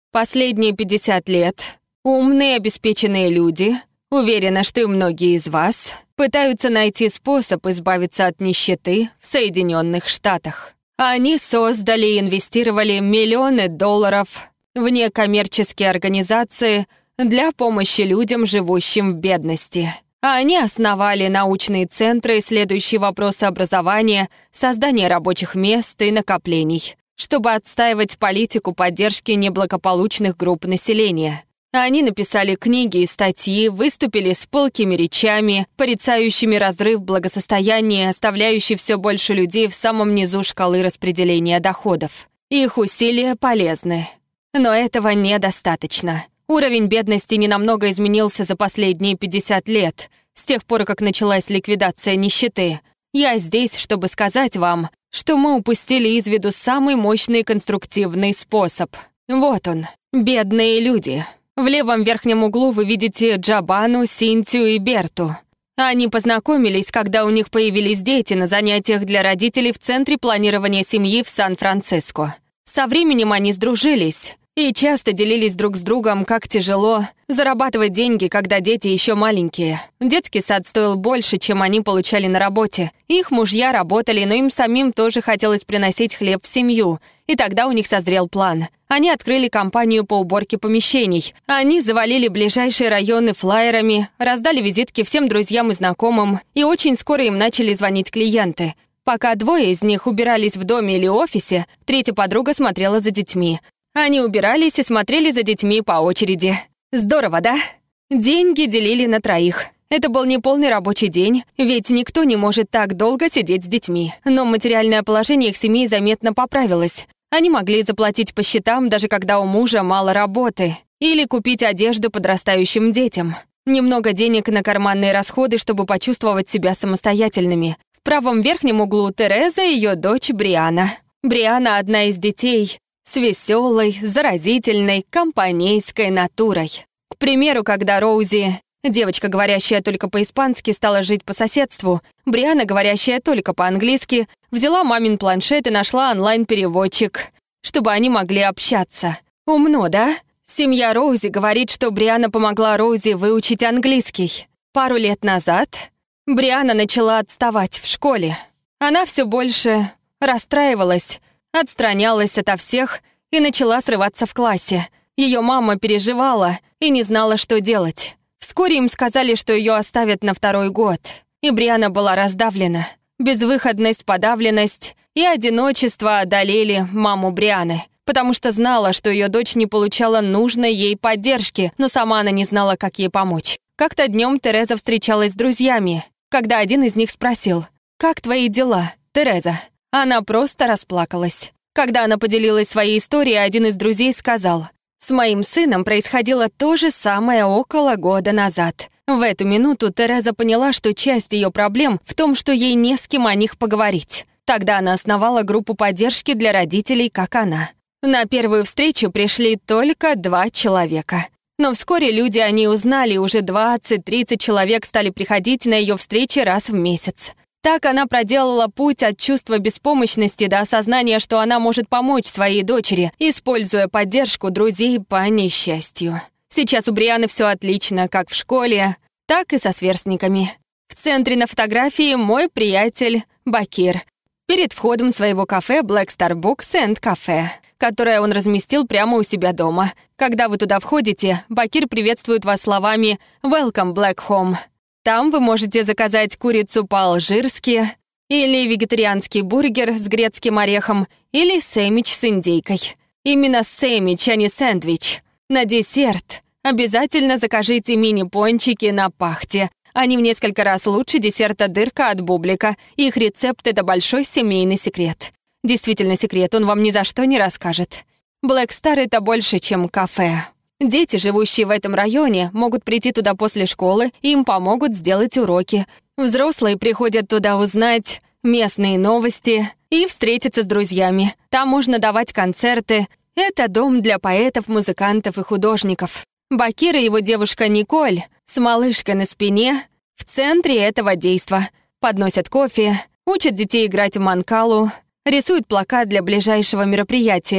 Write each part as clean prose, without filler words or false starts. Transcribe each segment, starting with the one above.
Последние 50 лет умные, обеспеченные люди, уверена, что и многие из вас, пытаются найти способ избавиться от нищеты в Соединенных Штатах. Они создали и инвестировали миллионы долларов в некоммерческие организации для помощи людям, живущим в бедности. Они основали научные центры, исследующие вопросы образования, создания рабочих мест и накоплений, чтобы отстаивать политику поддержки неблагополучных групп населения. Они написали книги и статьи, выступили с пылкими речами, порицающими разрыв благосостояния, оставляющий все больше людей в самом низу шкалы распределения доходов. Их усилия полезны. Но этого недостаточно. Уровень бедности ненамного изменился за последние 50 лет, с тех пор, как началась ликвидация нищеты. Я здесь, чтобы сказать вам, что мы упустили из виду самый мощный конструктивный способ. Вот он, бедные люди. В левом верхнем углу вы видите Джабану, Синтию и Берту. Они познакомились, когда у них появились дети на занятиях для родителей в Центре планирования семьи в Сан-Франциско. Со временем они сдружились и часто делились друг с другом, как тяжело зарабатывать деньги, когда дети еще маленькие. Детский сад стоил больше, чем они получали на работе. Их мужья работали, но им самим тоже хотелось приносить хлеб в семью. И тогда у них созрел план. Они открыли компанию по уборке помещений. Они завалили ближайшие районы флаерами, раздали визитки всем друзьям и знакомым, и очень скоро им начали звонить клиенты. Пока двое из них убирались в доме или офисе, третья подруга смотрела за детьми. Они убирались и смотрели за детьми по очереди. Здорово, да? Деньги делили на троих. Это был не полный рабочий день, ведь никто не может так долго сидеть с детьми. Но материальное положение их семей заметно поправилось. Они могли заплатить по счетам, даже когда у мужа мало работы, или купить одежду подрастающим детям. Немного денег на карманные расходы, чтобы почувствовать себя самостоятельными. В правом верхнем углу Тереза и ее дочь Бриана. Бриана — одна из детей с веселой, заразительной, компанейской натурой. К примеру, когда Роузи, девочка, говорящая только по-испански, стала жить по соседству, Бриана, говорящая только по-английски, взяла мамин планшет и нашла онлайн-переводчик, чтобы они могли общаться. Умно, да? Семья Роузи говорит, что Бриана помогла Роузи выучить английский. Пару лет назад Бриана начала отставать в школе. Она все больше расстраивалась, отстранялась ото всех и начала срываться в классе. Ее мама переживала и не знала, что делать. Вскоре им сказали, что ее оставят на 2-й год, и Бриана была раздавлена. Безвыходность, подавленность и одиночество одолели маму Брианы, потому что знала, что ее дочь не получала нужной ей поддержки, но сама она не знала, как ей помочь. Как-то днем Тереза встречалась с друзьями, когда один из них спросил: «Как твои дела, Тереза?» Она просто расплакалась. Когда она поделилась своей историей, один из друзей сказал: «С моим сыном происходило то же самое около года назад». В эту минуту Тереза поняла, что часть ее проблем в том, что ей не с кем о них поговорить. Тогда она основала группу поддержки для родителей, как она. На первую встречу пришли только 2 человека. Но вскоре люди о ней узнали, и уже 20-30 человек стали приходить на ее встречи раз в месяц. Так она проделала путь от чувства беспомощности до осознания, что она может помочь своей дочери, используя поддержку друзей по несчастью. Сейчас у Брианы все отлично, как в школе, так и со сверстниками. В центре на фотографии мой приятель Бакир перед входом своего кафе Black Star Books and Cafe, которое он разместил прямо у себя дома. Когда вы туда входите, Бакир приветствует вас словами «Welcome, Black Home». Там вы можете заказать курицу по-алжирски, или вегетарианский бургер с грецким орехом, или сэндвич с индейкой. Именно сэндвич, а не сэндвич. На десерт обязательно закажите мини-пончики на пахте. Они в несколько раз лучше десерта «Дырка» от Бублика. Их рецепт — это большой семейный секрет. Действительно секрет, он вам ни за что не расскажет. Black Star — это больше, чем кафе. Дети, живущие в этом районе, могут прийти туда после школы, и им помогут сделать уроки. Взрослые приходят туда узнать местные новости и встретиться с друзьями. Там можно давать концерты. Это дом для поэтов, музыкантов и художников. Бакир и его девушка Николь с малышкой на спине в центре этого действа. Подносят кофе, учат детей играть в манкалу, рисуют плакат для ближайшего мероприятия.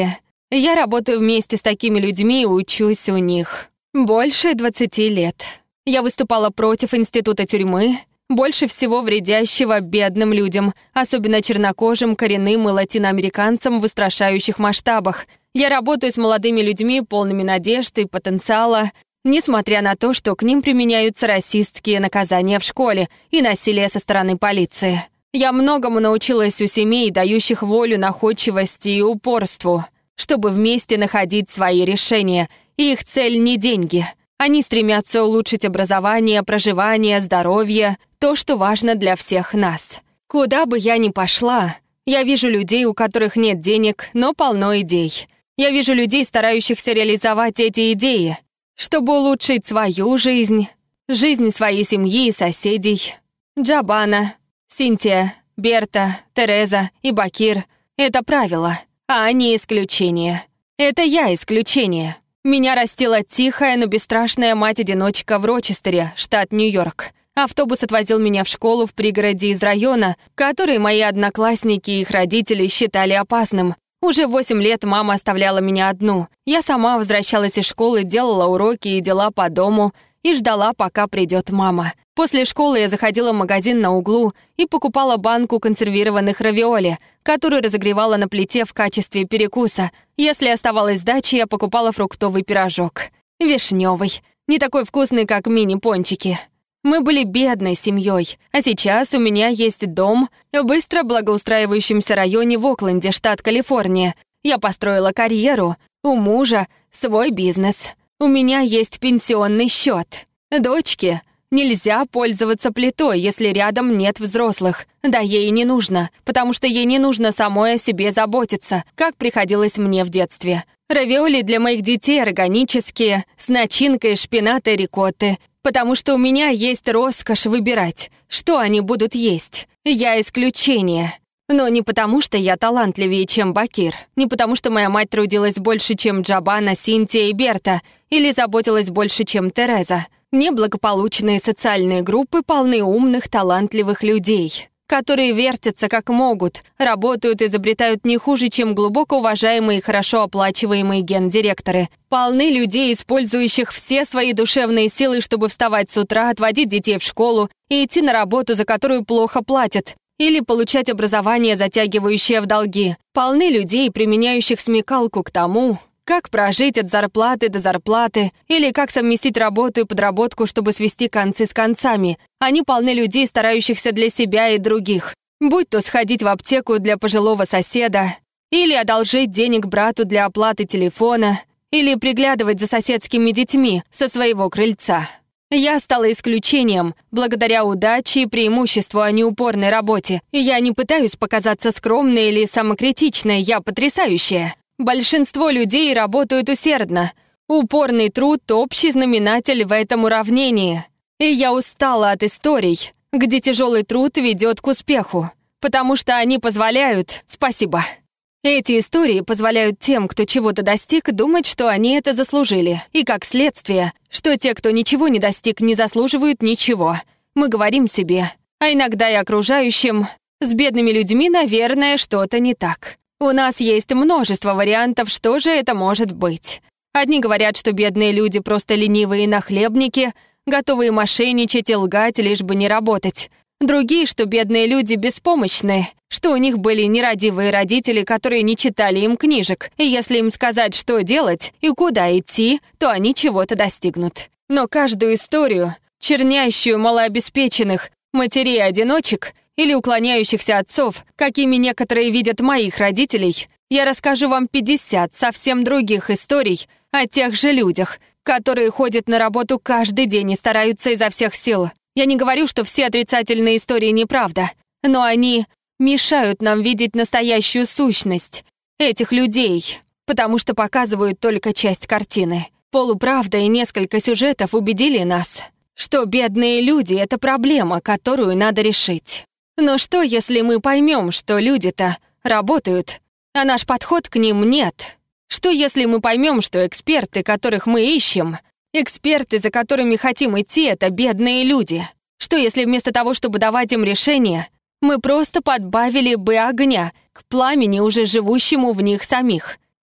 Я работаю вместе с такими людьми и учусь у них. Больше 20 лет. Я выступала против института тюрьмы, больше всего вредящего бедным людям, особенно чернокожим, коренным и латиноамериканцам в устрашающих масштабах. Я работаю с молодыми людьми, полными надежд и потенциала, несмотря на то, что к ним применяются расистские наказания в школе и насилие со стороны полиции. Я многому научилась у семей, дающих волю находчивости и упорству, чтобы вместе находить свои решения. И их цель не деньги. Они стремятся улучшить образование, проживание, здоровье, то, что важно для всех нас. Куда бы я ни пошла, я вижу людей, у которых нет денег, но полно идей. Я вижу людей, старающихся реализовать эти идеи, чтобы улучшить свою жизнь, жизнь своей семьи и соседей. Джабана, Синтия, Берта, Тереза и Бакир — это правило, а они исключение. Это я исключение. Меня растила тихая, но бесстрашная мать-одиночка в Рочестере, штат Нью-Йорк. Автобус отвозил меня в школу в пригороде из района, который мои одноклассники и их родители считали опасным. Уже 8 лет мама оставляла меня одну. Я сама возвращалась из школы, делала уроки и дела по дому и ждала, пока придет мама. После школы я заходила в магазин на углу и покупала банку консервированных равиоли, которую разогревала на плите в качестве перекуса. Если оставалась сдача, я покупала фруктовый пирожок. Вишневый. Не такой вкусный, как мини-пончики. Мы были бедной семьей, а сейчас у меня есть дом в быстро благоустраивающемся районе в Окленде, штат Калифорния. Я построила карьеру, у мужа свой бизнес. У меня есть пенсионный счет. Дочке нельзя пользоваться плитой, если рядом нет взрослых. Да ей и не нужно, потому что ей не нужно самой о себе заботиться, как приходилось мне в детстве. Равиоли для моих детей органические, с начинкой шпината и рикотты, потому что у меня есть роскошь выбирать, что они будут есть. Я исключение. Но не потому, что я талантливее, чем Бакир, не потому, что моя мать трудилась больше, чем Джабана, Синтия и Берта, или заботилась больше, чем Тереза. Неблагополучные социальные группы полны умных, талантливых людей, которые вертятся как могут, работают, изобретают не хуже, чем глубоко уважаемые и хорошо оплачиваемые гендиректоры. Полны людей, использующих все свои душевные силы, чтобы вставать с утра, отводить детей в школу и идти на работу, за которую плохо платят, или получать образование, затягивающее в долги. Полны людей, применяющих смекалку к тому, как прожить от зарплаты до зарплаты, или как совместить работу и подработку, чтобы свести концы с концами. Они полны людей, старающихся для себя и других. Будь то сходить в аптеку для пожилого соседа, или одолжить денег брату для оплаты телефона, или приглядывать за соседскими детьми со своего крыльца. Я стала исключением, благодаря удаче и преимуществу, а не упорной работе. И я не пытаюсь показаться скромной или самокритичной, я потрясающая. Большинство людей работают усердно. Упорный труд — общий знаменатель в этом уравнении. И я устала от историй, где тяжелый труд ведет к успеху, потому что они позволяют... Спасибо. Эти истории позволяют тем, кто чего-то достиг, думать, что они это заслужили. И как следствие, что те, кто ничего не достиг, не заслуживают ничего. Мы говорим себе, а иногда и окружающим, с бедными людьми, наверное, что-то не так. У нас есть множество вариантов, что же это может быть. Одни говорят, что бедные люди просто ленивые нахлебники, готовые мошенничать и лгать, лишь бы не работать. Другие, что бедные люди беспомощны, что у них были нерадивые родители, которые не читали им книжек, и если им сказать, что делать и куда идти, то они чего-то достигнут. Но каждую историю, чернящую малообеспеченных матерей-одиночек или уклоняющихся отцов, какими некоторые видят моих родителей, я расскажу вам 50 совсем других историй о тех же людях, которые ходят на работу каждый день и стараются изо всех сил. Я не говорю, что все отрицательные истории неправда, но они мешают нам видеть настоящую сущность этих людей, потому что показывают только часть картины. Полуправда и несколько сюжетов убедили нас, что бедные люди — это проблема, которую надо решить. Но что, если мы поймем, что люди-то работают, а наш подход к ним нет? Что, если мы поймем, что эксперты, которых мы ищем, эксперты, за которыми хотим идти, — это бедные люди? Что, если вместо того, чтобы давать им решения, мы просто подбавили бы огня к пламени, уже живущему в них самих?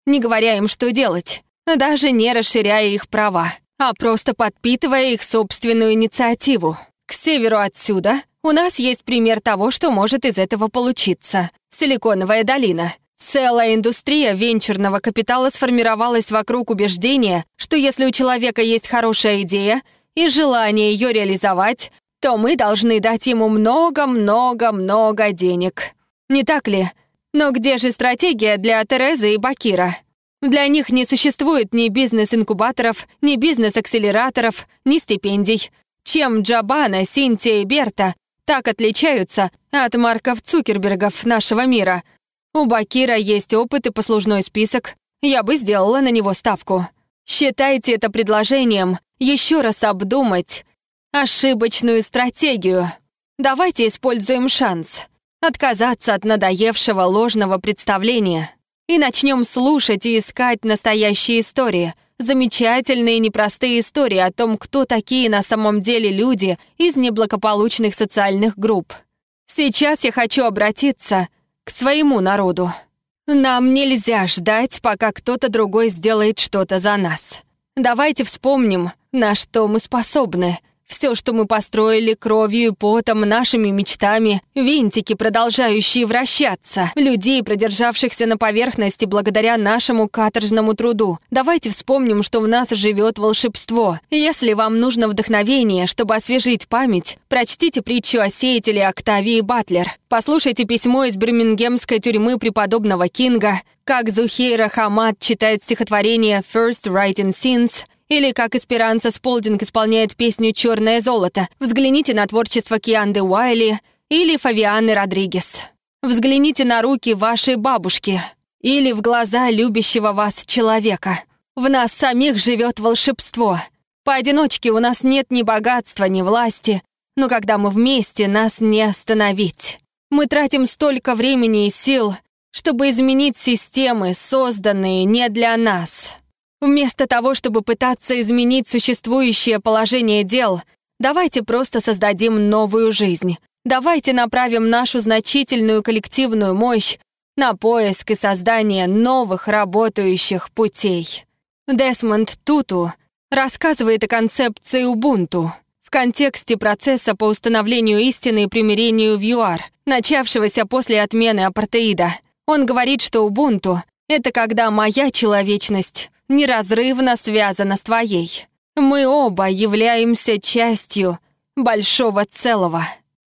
не говоря им, что делать, даже не расширяя их права, а просто подпитывая их собственную инициативу. К северу отсюда у нас есть пример того, что может из этого получиться. Силиконовая долина. Целая индустрия венчурного капитала сформировалась вокруг убеждения, что если у человека есть хорошая идея и желание ее реализовать, то мы должны дать ему много-много-много денег. Не так ли? Но где же стратегия для Терезы и Бакира? Для них не существует ни бизнес-инкубаторов, ни бизнес-акселераторов, ни стипендий. Чем Джобана, Синтия и Берта так отличаются от Марков Цукербергов нашего мира? У Бакира есть опыт и послужной список. Я бы сделала на него ставку. Считайте это предложением еще раз обдумать ошибочную стратегию. Давайте используем шанс отказаться от надоевшего ложного представления и начнем слушать и искать настоящие истории, замечательные непростые истории о том, кто такие на самом деле люди из неблагополучных социальных групп. Сейчас я хочу обратиться к своему народу. Нам нельзя ждать, пока кто-то другой сделает что-то за нас. Давайте вспомним, на что мы способны. Все, что мы построили кровью и потом, нашими мечтами, винтики, продолжающие вращаться, людей, продержавшихся на поверхности благодаря нашему каторжному труду. Давайте вспомним, что в нас живет волшебство. Если вам нужно вдохновение, чтобы освежить память, прочтите притчу о сеятеле Октавии Батлер. Послушайте письмо из бирмингемской тюрьмы преподобного Кинга, как Зухейра Хамад читает стихотворение «First Writing Scenes», или как Эсперанса Сполдинг исполняет песню «Черное золото». Взгляните на творчество Кианды Уайли или Фавианы Родригес. Взгляните на руки вашей бабушки или в глаза любящего вас человека. В нас самих живет волшебство. Поодиночке у нас нет ни богатства, ни власти, но когда мы вместе, нас не остановить. Мы тратим столько времени и сил, чтобы изменить системы, созданные не для нас. Вместо того, чтобы пытаться изменить существующее положение дел, давайте просто создадим новую жизнь. Давайте направим нашу значительную коллективную мощь на поиск и создание новых работающих путей. Десмонд Туту рассказывает о концепции Убунту в контексте процесса по установлению истины и примирению в ЮАР, начавшегося после отмены апартеида. Он говорит, что Убунту — это когда моя человечность неразрывно связана с твоей. Мы оба являемся частью большого целого.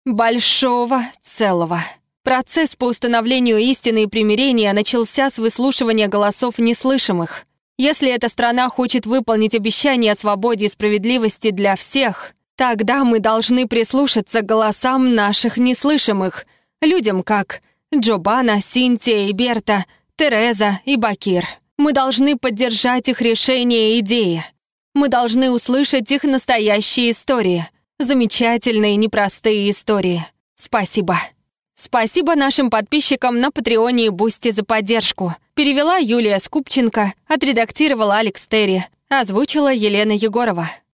Большого целого. Процесс по установлению истины и примирения начался с выслушивания голосов неслышимых. Если эта страна хочет выполнить обещание о свободе и справедливости для всех, тогда мы должны прислушаться к голосам наших неслышимых, людям как Джобана, Синтия и Берта, Тереза и Бакир. Мы должны поддержать их решения и идеи. Мы должны услышать их настоящие истории. Замечательные, непростые истории. Спасибо. Спасибо нашим подписчикам на Патреоне и Бусти за поддержку. Перевела Юлия Скупченко, отредактировала Алекс Терри, озвучила Елена Егорова.